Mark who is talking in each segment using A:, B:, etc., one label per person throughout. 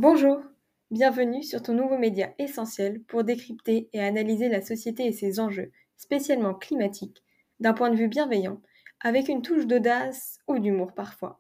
A: Bonjour, bienvenue sur ton nouveau média essentiel pour décrypter et analyser la société et ses enjeux, spécialement climatiques, d'un point de vue bienveillant, avec une touche d'audace ou d'humour parfois.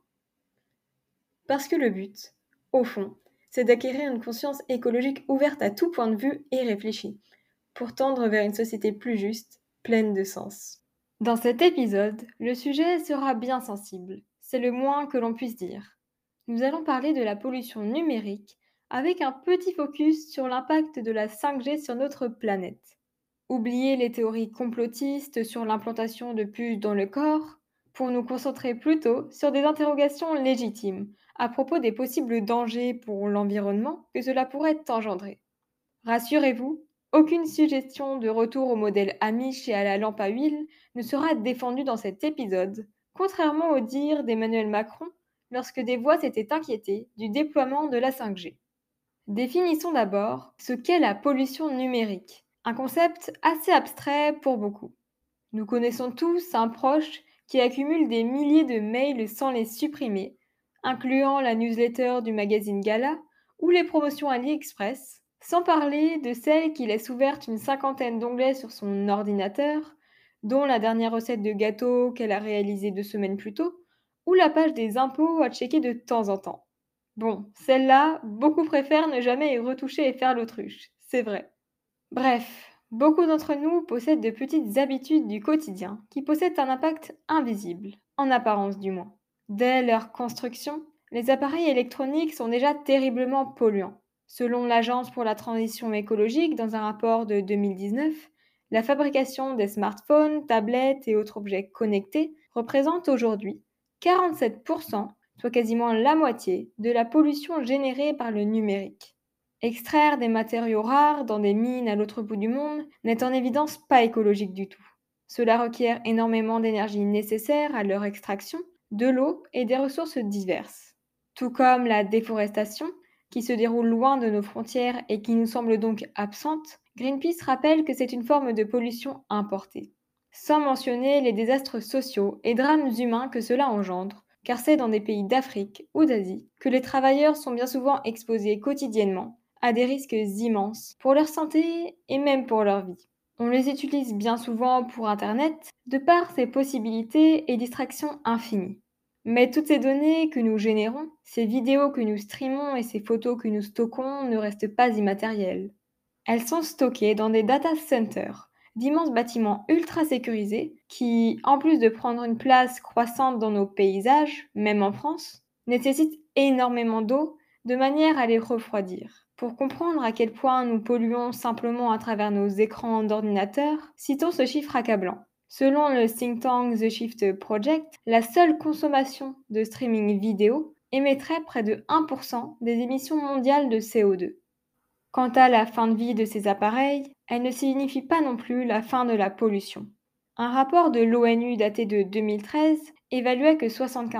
A: Parce que le but, au fond, c'est d'acquérir une conscience écologique ouverte à tout point de vue et réfléchie, pour tendre vers une société plus juste, pleine de sens. Dans cet épisode, le sujet sera bien sensible, c'est le moins que l'on puisse dire. Nous allons parler de la pollution numérique avec un petit focus sur l'impact de la 5G sur notre planète. Oubliez les théories complotistes sur l'implantation de puces dans le corps pour nous concentrer plutôt sur des interrogations légitimes à propos des possibles dangers pour l'environnement que cela pourrait engendrer. Rassurez-vous, aucune suggestion de retour au modèle Amish et à la lampe à huile ne sera défendue dans cet épisode, contrairement aux dires d'Emmanuel Macron lorsque des voix s'étaient inquiétées du déploiement de la 5G. Définissons d'abord ce qu'est la pollution numérique, un concept assez abstrait pour beaucoup. Nous connaissons tous un proche qui accumule des milliers de mails sans les supprimer, incluant la newsletter du magazine Gala ou les promotions AliExpress, sans parler de celle qui laisse ouverte une cinquantaine d'onglets sur son ordinateur, dont la dernière recette de gâteau qu'elle a réalisée 2 semaines plus tôt, ou la page des impôts à checker de temps en temps. Bon, celle-là, beaucoup préfèrent ne jamais y retoucher et faire l'autruche, c'est vrai. Bref, beaucoup d'entre nous possèdent de petites habitudes du quotidien qui possèdent un impact invisible, en apparence du moins. Dès leur construction, les appareils électroniques sont déjà terriblement polluants. Selon l'Agence pour la transition écologique, dans un rapport de 2019, la fabrication des smartphones, tablettes et autres objets connectés représente aujourd'hui 47%, soit quasiment la moitié, de la pollution générée par le numérique. Extraire des matériaux rares dans des mines à l'autre bout du monde n'est en évidence pas écologique du tout. Cela requiert énormément d'énergie nécessaire à leur extraction, de l'eau et des ressources diverses. Tout comme la déforestation, qui se déroule loin de nos frontières et qui nous semble donc absente, Greenpeace rappelle que c'est une forme de pollution importée. Sans mentionner les désastres sociaux et drames humains que cela engendre, car c'est dans des pays d'Afrique ou d'Asie que les travailleurs sont bien souvent exposés quotidiennement à des risques immenses pour leur santé et même pour leur vie. On les utilise bien souvent pour Internet de par ses possibilités et distractions infinies. Mais toutes ces données que nous générons, ces vidéos que nous streamons et ces photos que nous stockons ne restent pas immatérielles. Elles sont stockées dans des data centers, d'immenses bâtiments ultra sécurisés qui, en plus de prendre une place croissante dans nos paysages, même en France, nécessitent énormément d'eau de manière à les refroidir. Pour comprendre à quel point nous polluons simplement à travers nos écrans d'ordinateur, citons ce chiffre accablant. Selon le think tank The Shift Project, la seule consommation de streaming vidéo émettrait près de 1% des émissions mondiales de CO2. Quant à la fin de vie de ces appareils, elle ne signifie pas non plus la fin de la pollution. Un rapport de l'ONU daté de 2013 évaluait que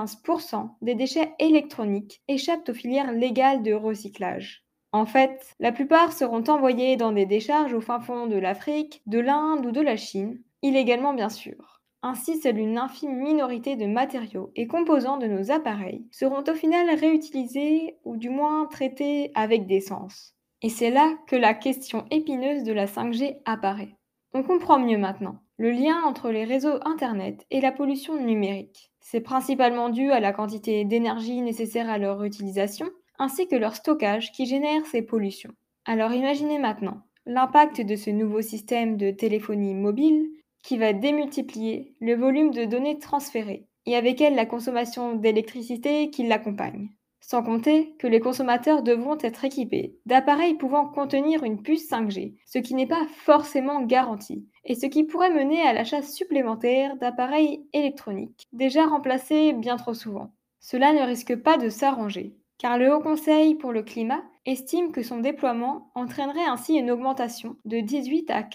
A: 75% des déchets électroniques échappent aux filières légales de recyclage. En fait, la plupart seront envoyés dans des décharges au fin fond de l'Afrique, de l'Inde ou de la Chine, illégalement bien sûr. Ainsi, seule une infime minorité de matériaux et composants de nos appareils seront au final réutilisés ou du moins traités avec décence. Et c'est là que la question épineuse de la 5G apparaît. On comprend mieux maintenant le lien entre les réseaux Internet et la pollution numérique. C'est principalement dû à la quantité d'énergie nécessaire à leur utilisation, ainsi que leur stockage qui génère ces pollutions. Alors imaginez maintenant l'impact de ce nouveau système de téléphonie mobile qui va démultiplier le volume de données transférées et avec elle la consommation d'électricité qui l'accompagne. Sans compter que les consommateurs devront être équipés d'appareils pouvant contenir une puce 5G, ce qui n'est pas forcément garanti, et ce qui pourrait mener à l'achat supplémentaire d'appareils électroniques, déjà remplacés bien trop souvent. Cela ne risque pas de s'arranger, car le Haut Conseil pour le climat estime que son déploiement entraînerait ainsi une augmentation de 18 à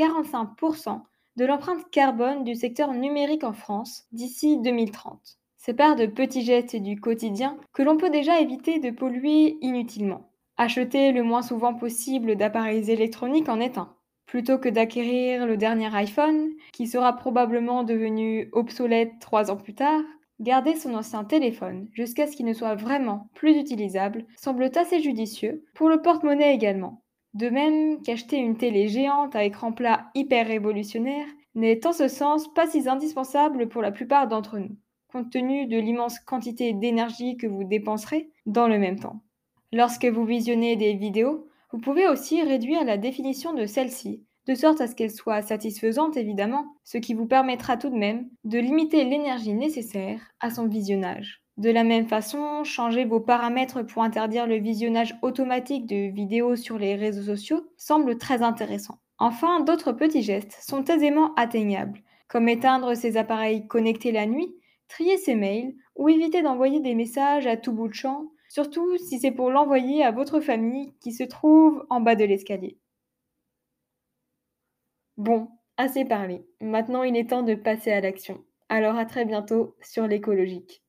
A: 45% de l'empreinte carbone du secteur numérique en France d'ici 2030. C'est par de petits gestes du quotidien que l'on peut déjà éviter de polluer inutilement. Acheter le moins souvent possible d'appareils électroniques en est un. Plutôt que d'acquérir le dernier iPhone, qui sera probablement devenu obsolète 3 ans plus tard, Garder son ancien téléphone jusqu'à ce qu'il ne soit vraiment plus utilisable semble assez judicieux, pour le porte-monnaie également. De même qu'acheter une télé géante à écran plat hyper révolutionnaire n'est en ce sens pas si indispensable pour la plupart d'entre nous, compte tenu de l'immense quantité d'énergie que vous dépenserez dans le même temps. Lorsque vous visionnez des vidéos, vous pouvez aussi réduire la définition de celles-ci, de sorte à ce qu'elles soient satisfaisantes évidemment, ce qui vous permettra tout de même de limiter l'énergie nécessaire à son visionnage. De la même façon, changer vos paramètres pour interdire le visionnage automatique de vidéos sur les réseaux sociaux semble très intéressant. Enfin, d'autres petits gestes sont aisément atteignables, comme éteindre ses appareils connectés la nuit, trier ses mails ou éviter d'envoyer des messages à tout bout de champ, surtout si c'est pour l'envoyer à votre famille qui se trouve en bas de l'escalier. Bon, assez parlé. Maintenant il est temps de passer à l'action. Alors à très bientôt sur l'écologique.